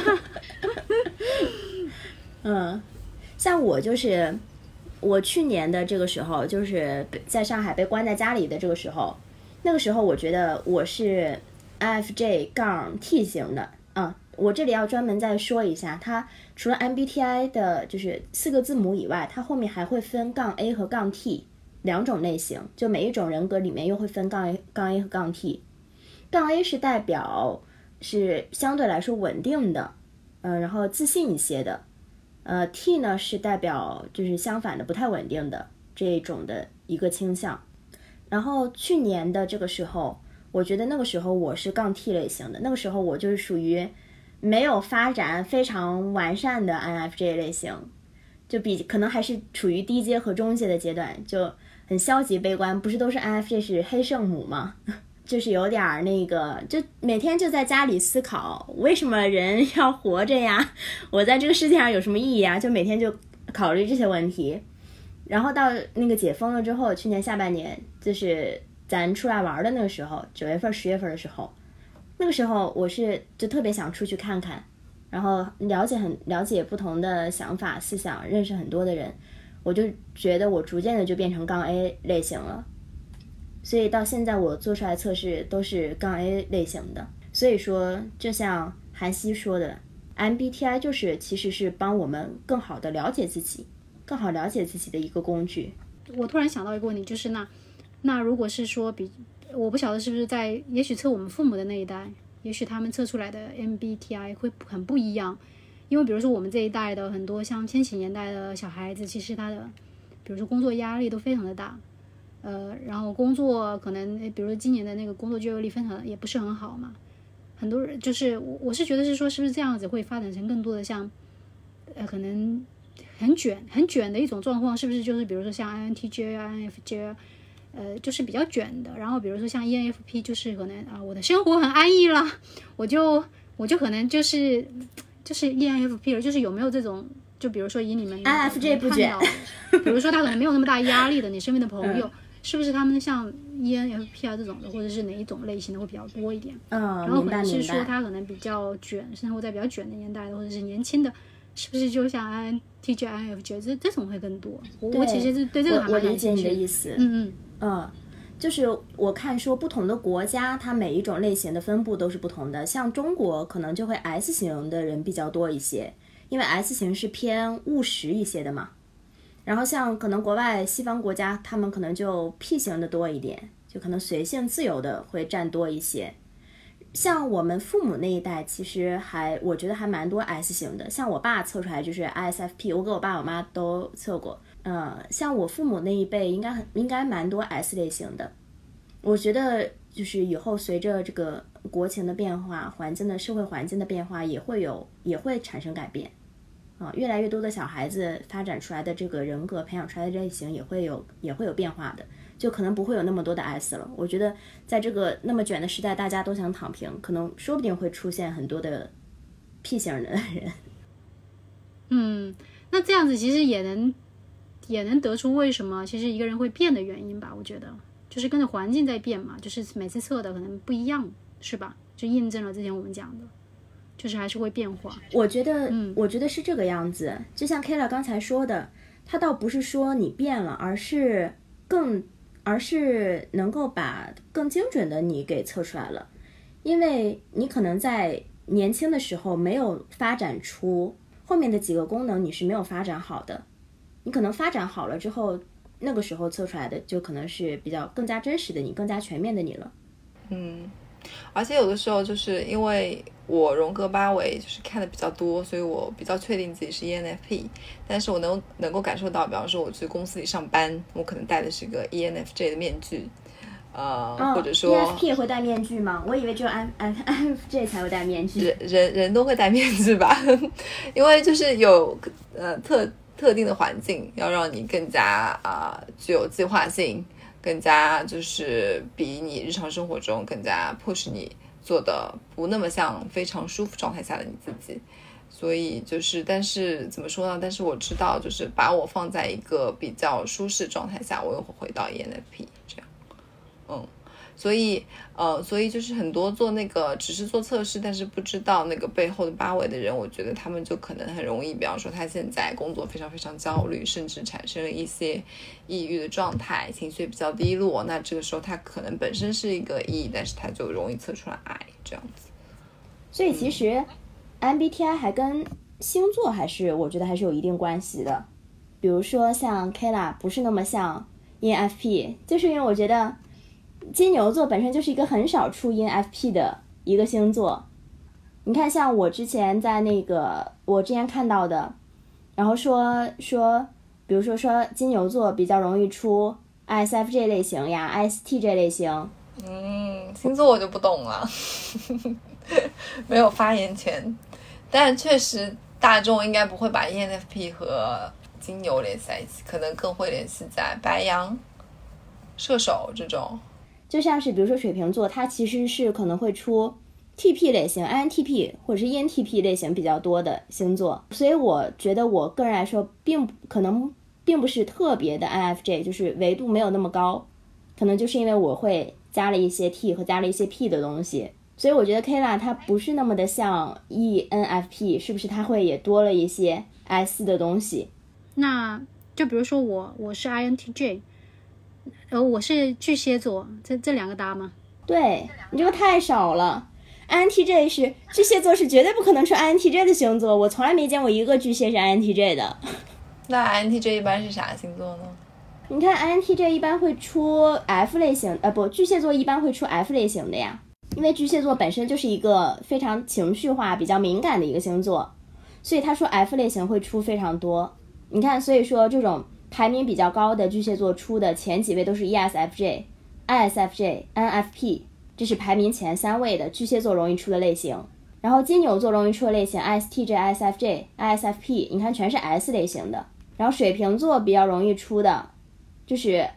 嗯，像我就是我去年的这个时候，就是在上海被关在家里的这个时候，那个时候我觉得我是 I N F J 杠 T 型的。嗯，我这里要专门再说一下，它除了 M B T I 的就是四个字母以外，它后面还会分杠 A 和杠 T 两种类型，就每一种人格里面又会分杠 A, 杠 A 和杠 T。杠 A 是代表是相对来说稳定的，嗯、呃，然后自信一些的。呃 T 呢是代表就是相反的不太稳定的这种的一个倾向。然后去年的这个时候，我觉得那个时候我是杠 T 类型的，那个时候我就是属于没有发展非常完善的 I N F J 类型，就比可能还是处于低阶和中阶的阶段，就很消极悲观。不是都是 I N F J 是黑圣母吗？就是有点那个，就每天就在家里思考为什么人要活着呀，我在这个世界上有什么意义啊，就每天就考虑这些问题。然后到那个解封了之后，去年下半年就是咱出来玩的那个时候，九月份十月份的时候，那个时候我是就特别想出去看看，然后了解很了解不同的想法思想，认识很多的人，我就觉得我逐渐的就变成杠 A 类型了。所以到现在我做出来测试都是杠 A 类型的。所以说就像韩熙说的， M B T I 就是其实是帮我们更好的了解自己，更好了解自己的一个工具。 我突然想到一个问题，就是那那如果是说比我不晓得是不是在也许测我们父母的那一代，也许他们测出来的 M B T I 会很不一样。因为比如说我们这一代的很多像千禧年代的小孩子，其实他的比如说工作压力都非常的大，呃，然后工作可能比如说今年的那个工作就业率非常也不是很好嘛，很多人就是我我是觉得是说是不是这样子会发展成更多的像呃可能很卷很卷的一种状况，是不是就是比如说像 I N T J 啊 I N F J 啊，呃就是比较卷的，然后比如说像 E N F P 就是可能啊我的生活很安逸啦，我就我就可能就是就是 E N F P 了，就是有没有这种就比如说以你们 I N F J 不卷， 比如说他可能没有那么大压力的，你身边的朋友、嗯、是不是他们像 E N F P 啊这种的，或者是哪一种类型的会比较多一点？ 嗯， 然后可能是说他可能比较卷，生活在比较卷的年代的，或者是年轻的，是不是就像 I N T J、I N F J 这这种会更多？我我其实是对这个还蛮感兴趣的。 我理解你的意思。 嗯嗯嗯，就是我看说不同的国家，它每一种类型的分布都是不同的。像中国可能就会 S 型的人比较多一些，因为 S 型是偏务实一些的嘛。然后像可能国外西方国家，他们可能就 P 型的多一点，就可能随性自由的会占多一些。像我们父母那一代，其实还我觉得还蛮多 S 型的。像我爸测出来就是 I S F P， 我给我爸我妈都测过。呃，像我父母那一辈应该很应该蛮多 S 类型的。我觉得就是以后随着这个国情的变化，环境的社会环境的变化，也会有也会产生改变。啊，越来越多的小孩子发展出来的这个人格，培养出来的类型也会有也会有变化的，就可能不会有那么多的 S 了。我觉得在这个那么卷的时代，大家都想躺平，可能说不定会出现很多的 P 型的人。 嗯，那这样子其实也能也能得出为什么其实一个人会变的原因吧？我觉得就是跟着环境在变嘛，就是每次测的可能不一样，是吧？就印证了之前我们讲的。就是还是会变化， 我觉得， 嗯， 我觉得是这个样子。就像 Kayla 刚才说的，他倒不是说你变了，而是更，而是能够把更精准的你给测出来了。因为你可能在年轻的时候没有发展出后面的几个功能，你是没有发展好的。你可能发展好了之后，那个时候测出来的就可能是比较更加真实的你，更加全面的你了。 嗯，而且有的时候就是因为我荣格八维就是看的比较多，所以我比较确定自己是 E N F P， 但是我能能够感受到，比方说我去公司里上班，我可能戴的是个 E N F J 的面具， 呃， 哦、 或者说 E N F P 也会戴面具吗？我以为只有 I I N F J 才会戴面具。 人人人都会戴面具吧，因为就是有呃特特定的环境，要让你更加啊、呃、具有计划性，更加就是比你日常生活中更加 push 你做的不那么像非常舒服状态下的你自己。所以就是，但是怎么说呢？但是我知道，就是把我放在一个比较舒适状态下，我又会回到 E N F P 这样。嗯，所以呃，所以就是很多做那个只是做测试，但是不知道那个背后的八维的人，我觉得他们就可能很容易，比方说他现在工作非常非常焦虑，甚至产生了一些抑郁的状态，情绪比较低落。那这个时候他可能本身是一个 E， 但是他就容易测出来 I 这样子。 所以其实 M B T I 还跟星座还是我觉得还是有一定关系的。比如说像 Kayla 不是那么像 E N F P， 就是因为我觉得金牛座本身就是一个很少出 E N F P 的一个星座。你看像我之前在那个我之前看到的，然后说说比如说说金牛座比较容易出 I S F J 类型呀 I S T J 类型。 嗯，星座我就不懂了没有发言权，但确实大众应该不会把 E N F P 和金牛联系在一起，可能更会联系在白羊、射手这种。 就像是比如说水瓶座，它其实是可能会出 T P 类型 I N T P 或者是 E N T P 类型比较多的星座，所以我觉得我个人来说并可能并不是特别的 I N F J， 就是维度没有那么高，可能就是因为我会加了一些 T 和加了一些 P 的东西，所以我觉得 Kayla 它不是那么的像 E N F P， 是不是它会也多了一些 S 的东西？ 那就比如说我我是 I N T J， 呃，我是巨蟹座，这这两个搭吗？ 对，你这个太少了。I N T J 是巨蟹座是绝对不可能出 I N T J 的星座，我从来没见过一个巨蟹是 I N T J 的。 那 I N T J 一般是啥星座呢？ 你看 I N T J 一般会出 F 类型，呃不，巨蟹座一般会出 F 类型的呀，因为巨蟹座本身就是一个非常情绪化、比较敏感的一个星座，所以他说 F 类型会出非常多。你看，所以说这种排名比较高的巨蟹座出的前几位都是 E S F J、I S F J、N F P， 这是排名前三位的巨蟹座容易出的类型。然后金牛座容易出的类型 I S T J、I S F J、I S F P， 你看全是 S 类型的。然后水瓶座比较容易出的就是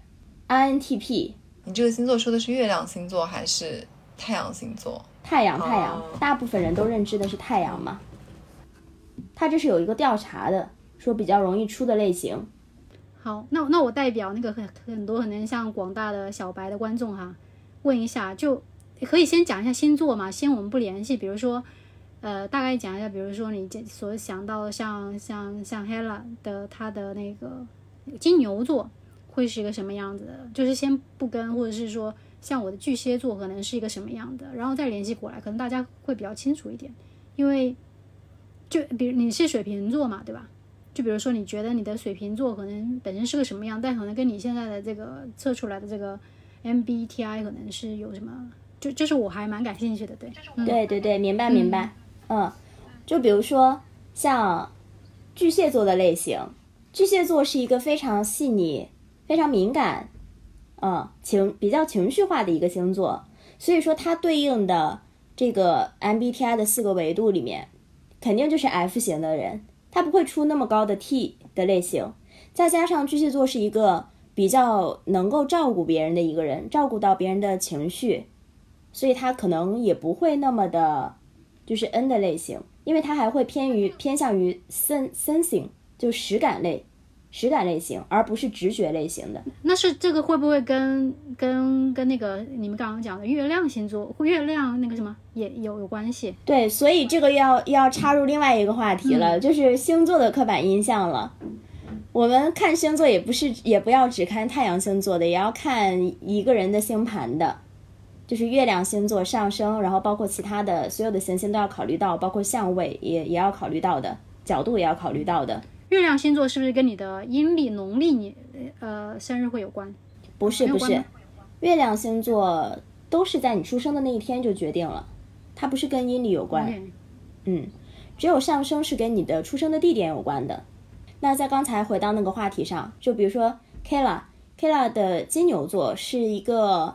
I N T P。 你这个星座说的是月亮星座还是太阳星座？ 太阳太阳、 哦、 大部分人都认知的是太阳嘛。它这是有一个调查的，说比较容易出的类型。 好，那那我代表那个很很多可能像广大的小白的观众哈，问一下，就可以先讲一下星座嘛，先我们不联系，比如说呃大概讲一下，比如说你所想到的像像像 Hella 的她的那个金牛座会是一个什么样子的，就是先不跟，或者是说像我的巨蟹座可能是一个什么样的，然后再联系过来，可能大家会比较清楚一点。因为就比如你是水瓶座嘛，对吧？就比如说你觉得你的水瓶座可能本身是个什么样，但可能跟你现在的这个测出来的这个 M B T I 可能是有什么，就就是我还蛮感兴趣的。对， 嗯、对对对，明白明白。嗯, 嗯，就比如说像巨蟹座的类型，巨蟹座是一个非常细腻、非常敏感，嗯，情比较情绪化的一个星座，所以说它对应的这个 M B T I 的四个维度里面，肯定就是 F 型的人。它不会出那么高的 T 的类型，再加上巨蟹座是一个比较能够照顾别人的一个人，照顾到别人的情绪，所以他可能也不会那么的就是 N 的类型，因为他还会偏于偏向于 sensing 就实感类实感类型，而不是直觉类型的。 那是这个会不会跟跟跟那个你们刚刚讲的月亮星座、月亮那个什么也有有关系？ 对，所以这个要要插入另外一个话题了，嗯、就是星座的刻板印象了。我们看星座也不是也不要只看太阳星座的，也要看一个人的星盘的，就是月亮星座上升，然后包括其他的所有的行星都要考虑到，包括相位也也要考虑到的，角度也要考虑到的。 月亮星座是不是跟你的阴历、农历你呃生日会有关？ 不是不是，月亮星座都是在你出生的那一天就决定了，它不是跟阴历有关。Okay. 嗯，只有上升是跟你的出生的地点有关的。那在刚才回到那个话题上，就比如说 Kayla Kayla 的金牛座是一个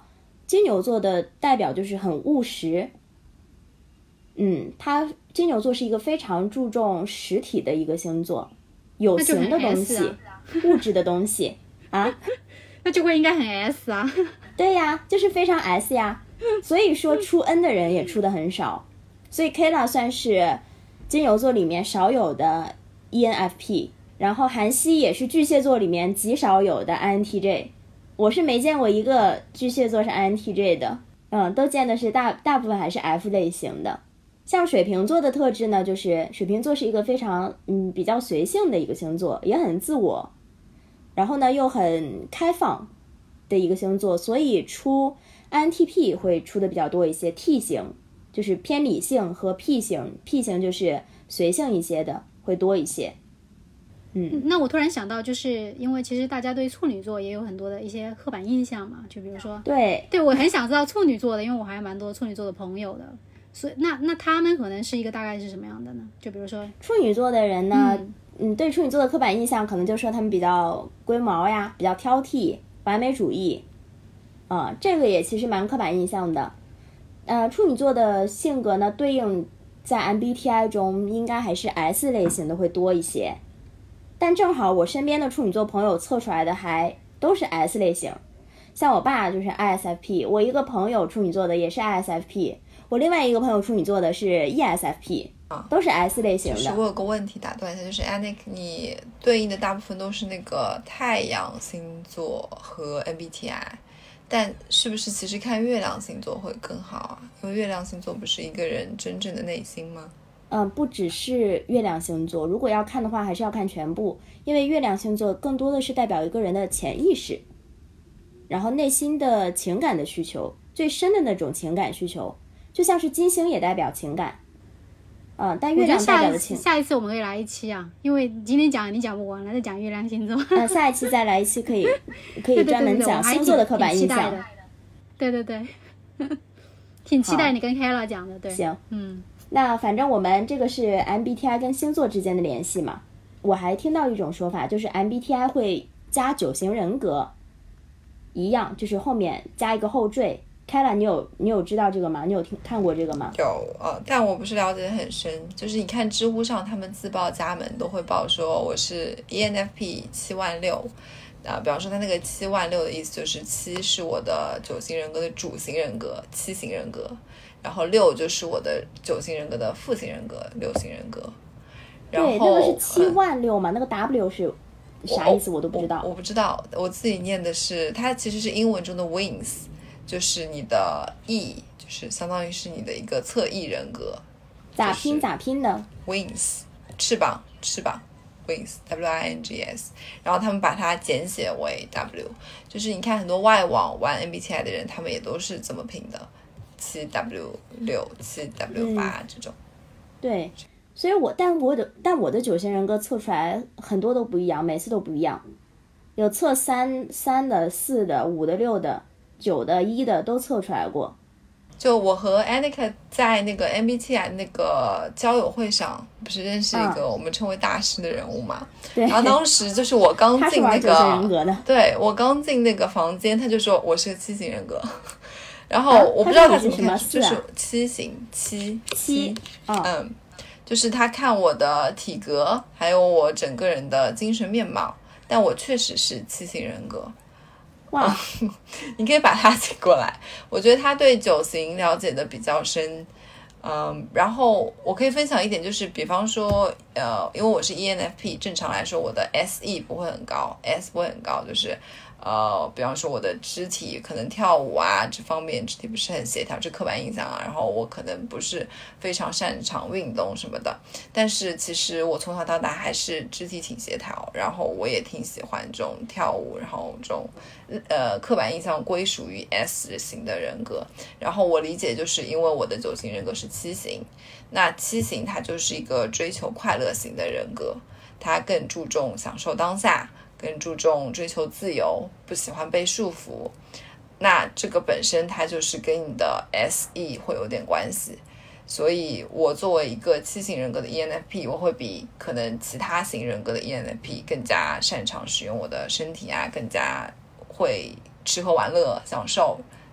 金牛座的代表就是很务实，嗯，他金牛座是一个非常注重实体的一个星座，有形的东西， 啊、 物质的东西啊， 那就会应该很 S 啊。 对呀，就是非常 S 呀，所以说出 N 的人也出的很少，所以 Kayla 算是金牛座里面少有的 E N F P， 然后韩熙也是巨蟹座里面极少有的 I N T J， 我是没见过一个巨蟹座是 I N T J 的，嗯，都见的是大大部分还是 F 类型的。像水瓶座的特质呢，就是水瓶座是一个非常嗯比较随性的一个星座，也很自我，然后呢又很开放的一个星座，所以出 I N T P 会出的比较多一些。 T 型就是偏理性，和 P 型 P 型就是随性一些的会多一些。嗯， 那我突然想到，就是因为其实大家对处女座也有很多的一些刻板印象嘛，就比如说， 对对我很想知道处女座的，因为我还蛮多处女座的朋友的，所以那那他们可能是一个大概是什么样的呢？就比如说处女座的人呢，嗯，嗯对处女座的刻板印象可能就说他们比较龟毛呀，比较挑剔，完美主义，啊、呃，这个也其实蛮刻板印象的。呃，处女座的性格呢，对应在 M B T I 中应该还是 S 类型的会多一些，但正好我身边的处女座朋友测出来的还都是 S 类型，像我爸就是 I S F P， 我一个朋友处女座的也是 I S F P， 我另外一个朋友处女座的是 E S F P， 都是 S 类型的。 就是我有个问题打断一下，就是 Anik 你对应的大部分都是那个太阳星座和 M B T I， 但是不是其实看月亮星座会更好啊？因为月亮星座不是一个人真正的内心吗？ 嗯，不只是月亮星座，如果要看的话还是要看全部，因为月亮星座更多的是代表一个人的潜意识，然后内心的情感的需求，最深的那种情感需求，就像是金星也代表情感，嗯，但月亮代表的情。 下一次我们可以来一期啊，因为今天讲你讲不完了，再讲月亮星座。 呃，下一期再来一期可以，可以专门讲星座的刻板印象。 对对对，挺期待你跟 Kayla 讲的。对， 行， 嗯。 那反正我们这个是 M B T I 跟星座之间的联系嘛，我还听到一种说法，就是 M B T I 会加九型人格一样，就是后面加一个后缀。Kayla 你有你有知道这个吗？你有听看过这个吗？ 有呃，但我不是了解得很深，就是你看知乎上他们自报家门都会报说我是 E N F P 七万六，啊，比方说他那个七万六的意思就是七是我的九型人格的主型人格，七型人格。然后六就是我的九型人格的副型人格，六型人格。然后对，那个是七万六嘛、嗯，那个 W 是啥意思？我都不知道。 我, 我, 我不知道，我自己念的是，它其实是英文中的 wings， 就是你的翼，就是相当于是你的一个侧翼人格。 咋拼、就是、咋拼的 ？wings， 翅膀，翅膀 ，wings， W I N G S。然后他们把它简写为 W， 就是你看很多外网玩 M B T I 的人，他们也都是这么拼的。七 W 六、七 W 八这种、 嗯，对，所以我但我的但我的九型人格测出来很多都不一样，每次都不一样，有测三三的、四的、五的、六的、九的、一的都测出来过。 就我和 Anika 在那个 M B T I 那个交友会上，不是认识一个我们称为大师的人物嘛？ 对、 嗯。然后当时就是我刚进那个， 他是玩九型人格的， 对我刚进那个房间，他就说我是个七型人格。然后我不知道他怎么看， 啊、 就是七型七七， 哦、嗯，就是他看我的体格，还有我整个人的精神面貌，但我确实是七型人格。 哇， 你可以把他请过来，我觉得他对九型了解的比较深。嗯，然后我可以分享一点，就是比方说，呃，因为我是 E N F P， 正常来说我的 S E 不会很高 ，S 不会很高，就是。呃，比方说我的肢体可能跳舞啊这方面肢体不是很协调，这刻板印象啊，然后我可能不是非常擅长运动什么的，但是其实我从小到大还是肢体挺协调，然后我也挺喜欢这种跳舞，然后这种呃刻板印象归属于 S 型的人格，然后我理解就是因为我的九型人格是七型，那七型它就是一个追求快乐型的人格，它更注重享受当下，更注重追求自由，不喜欢被束缚，那这个本身它就是跟你的 S E 会有点关系。所以我作为一个七型人格的 E N F P， 我会比可能其他型人格的 E N F P 更加擅长使用我的身体啊，更加会吃喝玩乐享受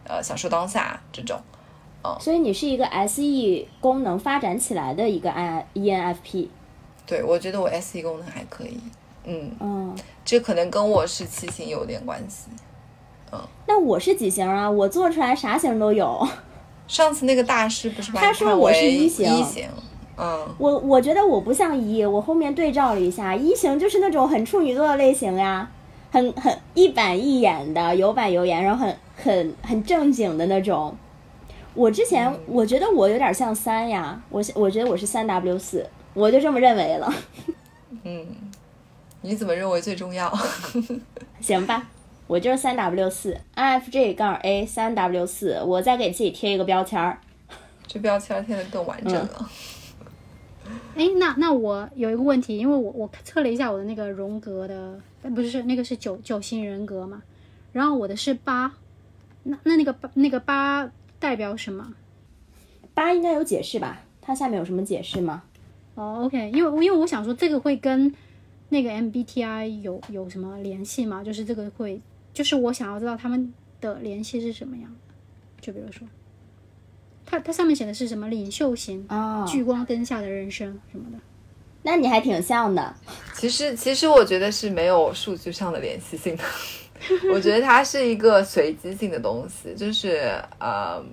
呃享受当下这种。嗯， 所以你是一个 S E 功能发展起来的一个 E N F P。 对，我觉得我 S E 功能还可以。嗯嗯， 这可能跟我是七型有点关系。嗯， 那我是几型啊？我做出来啥型都有。 上次那个大师不是把他你看说我是为一型， 一型。嗯， 我我觉得我不像一，我后面对照了一下，一型就是那种很处女座的类型呀，很很一板一眼的，有板有眼，然后很很很正经的那种。我之前、嗯、我觉得我有点像三呀，我我觉得我是三 W 四，我就这么认为了。 嗯，你怎么认为最重要？ 行吧，我就是三 W 四 I F J 杠 A 三 W 四，我再给自己贴一个标签儿， 这标签贴的更完整了。 哎、嗯，那那我有一个问题，因为我我测了一下我的那个荣格的，不是那个是九九型人格嘛，然后我的是八，那那那个那个八代表什么？ 八应该有解释吧？它下面有什么解释吗？ 哦 ，OK， 因为因为我想说这个会跟那个 M B T I 有有什么联系吗？就是这个会，就是我想要知道他们的联系是什么样的。就比如说，它它上面写的是什么领袖型、 哦、 聚光灯下的人生什么的。 那你还挺像的。 其实其实我觉得是没有数据上的联系性的。我觉得它是一个随机性的东西，就是呃，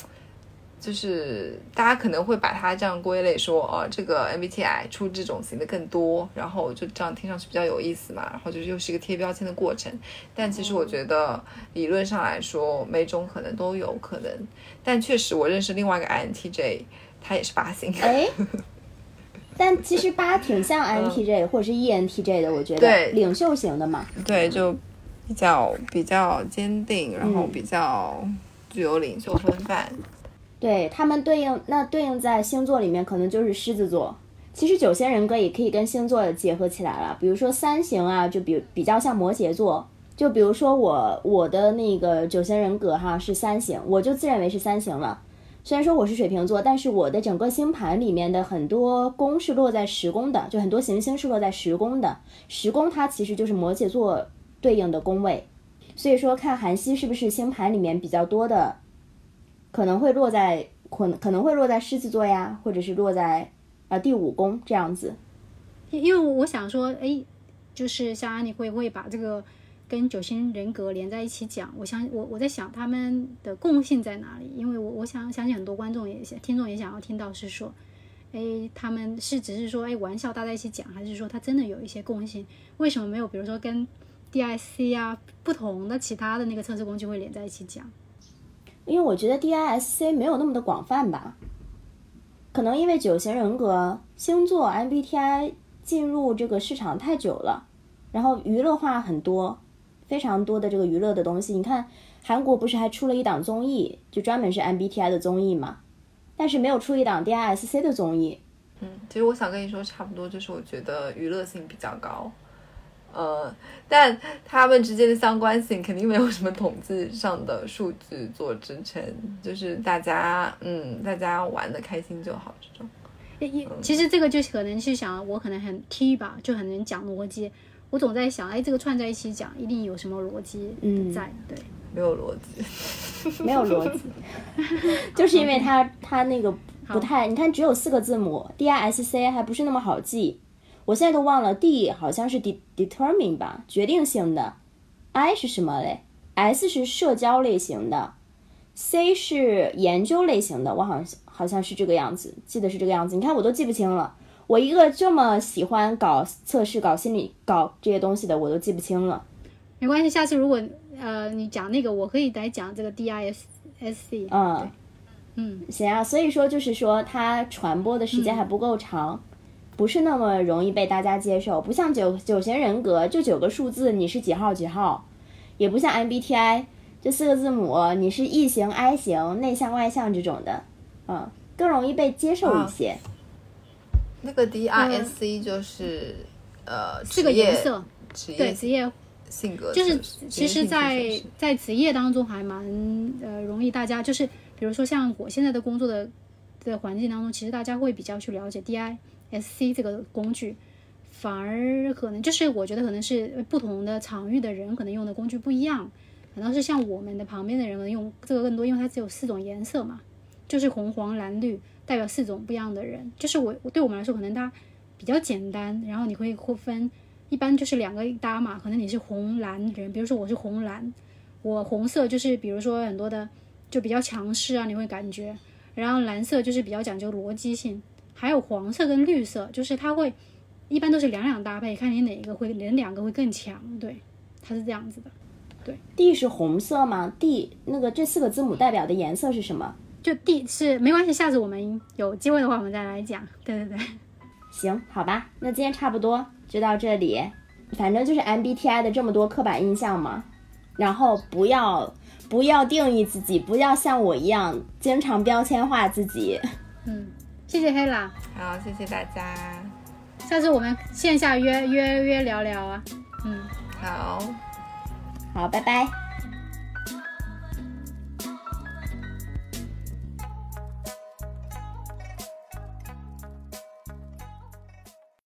就是大家可能会把它这样归类说，哦，这个 M B T I 出这种型的更多，然后就这样听上去比较有意思嘛，然后就是又是一个贴标签的过程。但其实我觉得理论上来说，每种可能都有可能。但确实，我认识另外一个 I N T J， 他也是八型。 哎。但其实八挺像 I N T J、嗯、或者是 E N T J 的，我觉得对领袖型的嘛， 对，就比较比较坚定，然后比较具有领袖风范、嗯、 对他们对应那对应在星座里面可能就是狮子座。其实九型人格也可以跟星座结合起来了，比如说三型啊，就比比较像摩羯座，就比如说我我的那个九型人格哈是三型，我就自认为是三型了。虽然说我是水瓶座，但是我的整个星盘里面的很多宫是落在十宫的，就很多行星是落在十宫的，十宫它其实就是摩羯座对应的宫位，所以说看韩熙是不是星盘里面比较多的可能会落在可能可能会落在狮子座呀，或者是落在呃第五宫这样子。 因为我想说，哎，就是像安妮会会把这个跟九型人格连在一起讲，我想我我在想他们的共性在哪里？因为我我想相信很多观众也听众也想要听到是说，哎，他们是只是说哎玩笑搭在一起讲，还是说他真的有一些共性？为什么没有比如说跟 D I C 啊不同的其他的那个测试工具会连在一起讲？ 因为我觉得 D I S C 没有那么的广泛吧，可能因为九型人格星座 M B T I 进入这个市场太久了，然后娱乐化很多。非常多的这个娱乐的东西，你看韩国不是还出了一档综艺，就专门是 M B T I 的综艺嘛，但是没有出一档 D I S C 的综艺。 嗯，其实我想跟你说差不多，就是我觉得娱乐性比较高，呃，但他们之间的相关性肯定没有什么统计上的数据做支撑，就是大家嗯大家玩的开心就好这种。 其实这个就可能是想我可能很 T 吧，就很能讲逻辑。我总在想，哎，这个串在一起讲，一定有什么逻辑在？嗯、对， 没有逻辑， 没有逻辑，就是因为它它那个不太，你看只有四个字母 ，D I S C 还不是那么好记。我现在都忘了 ，D 好像是 de determine 吧，决定性的 ，I 是什么嘞 ？S 是社交类型的 ，C 是研究类型的，我好像好像是这个样子，记得是这个样子。你看我都记不清了。我一个这么喜欢搞测试、搞心理、搞这些东西的，我都记不清了。 没关系，下次如果呃你讲那个，我可以来讲这个 D I S C。 嗯嗯，行啊。所以说就是说，它传播的时间还不够长，嗯、不是那么容易被大家接受。不像九九型人格，就九个数字，你是几号几号；也不像 M B T I， 这四个字母，你是 E 型、I 型、内向、外向这种的，嗯，更容易被接受一些。啊那个 D I S C 就是、嗯、呃是个颜色， 职业对职业性格， 就是其实在在职业当中还蛮呃容易，大家就是比如说像我现在的工作的的环境当中，其实大家会比较去了解 D I S C 这个工具，反而可能就是我觉得可能是不同的场域的人可能用的工具不一样， 可能是像我们的旁边的人们用这个更多，因为它只有四种颜色嘛，就是红黄蓝绿，代表四种不一样的人。就是我对我们来说，可能它比较简单，然后你会分，一般就是两个搭嘛，可能你是红蓝人，比如说我是红蓝，我红色就是比如说很多的就比较强势啊，你会感觉，然后蓝色就是比较讲究逻辑性，还有黄色跟绿色，就是它会一般都是两两搭配，看你哪一个会哪两个会更强，对，它是这样子的。对 D 是红色吗？ D 那个这四个字母代表的颜色是什么？ 就 D 是没关系，下次我们有机会的话我们再来讲。对对对， 行，好吧，那今天差不多就到这里。反正就是 M B T I 的这么多刻板印象嘛，然后不要不要定义自己，不要像我一样经常标签化自己。 嗯，谢谢黑啦， 好，谢谢大家， 下次我们线下约约约聊聊啊。嗯， 好， 好，拜拜。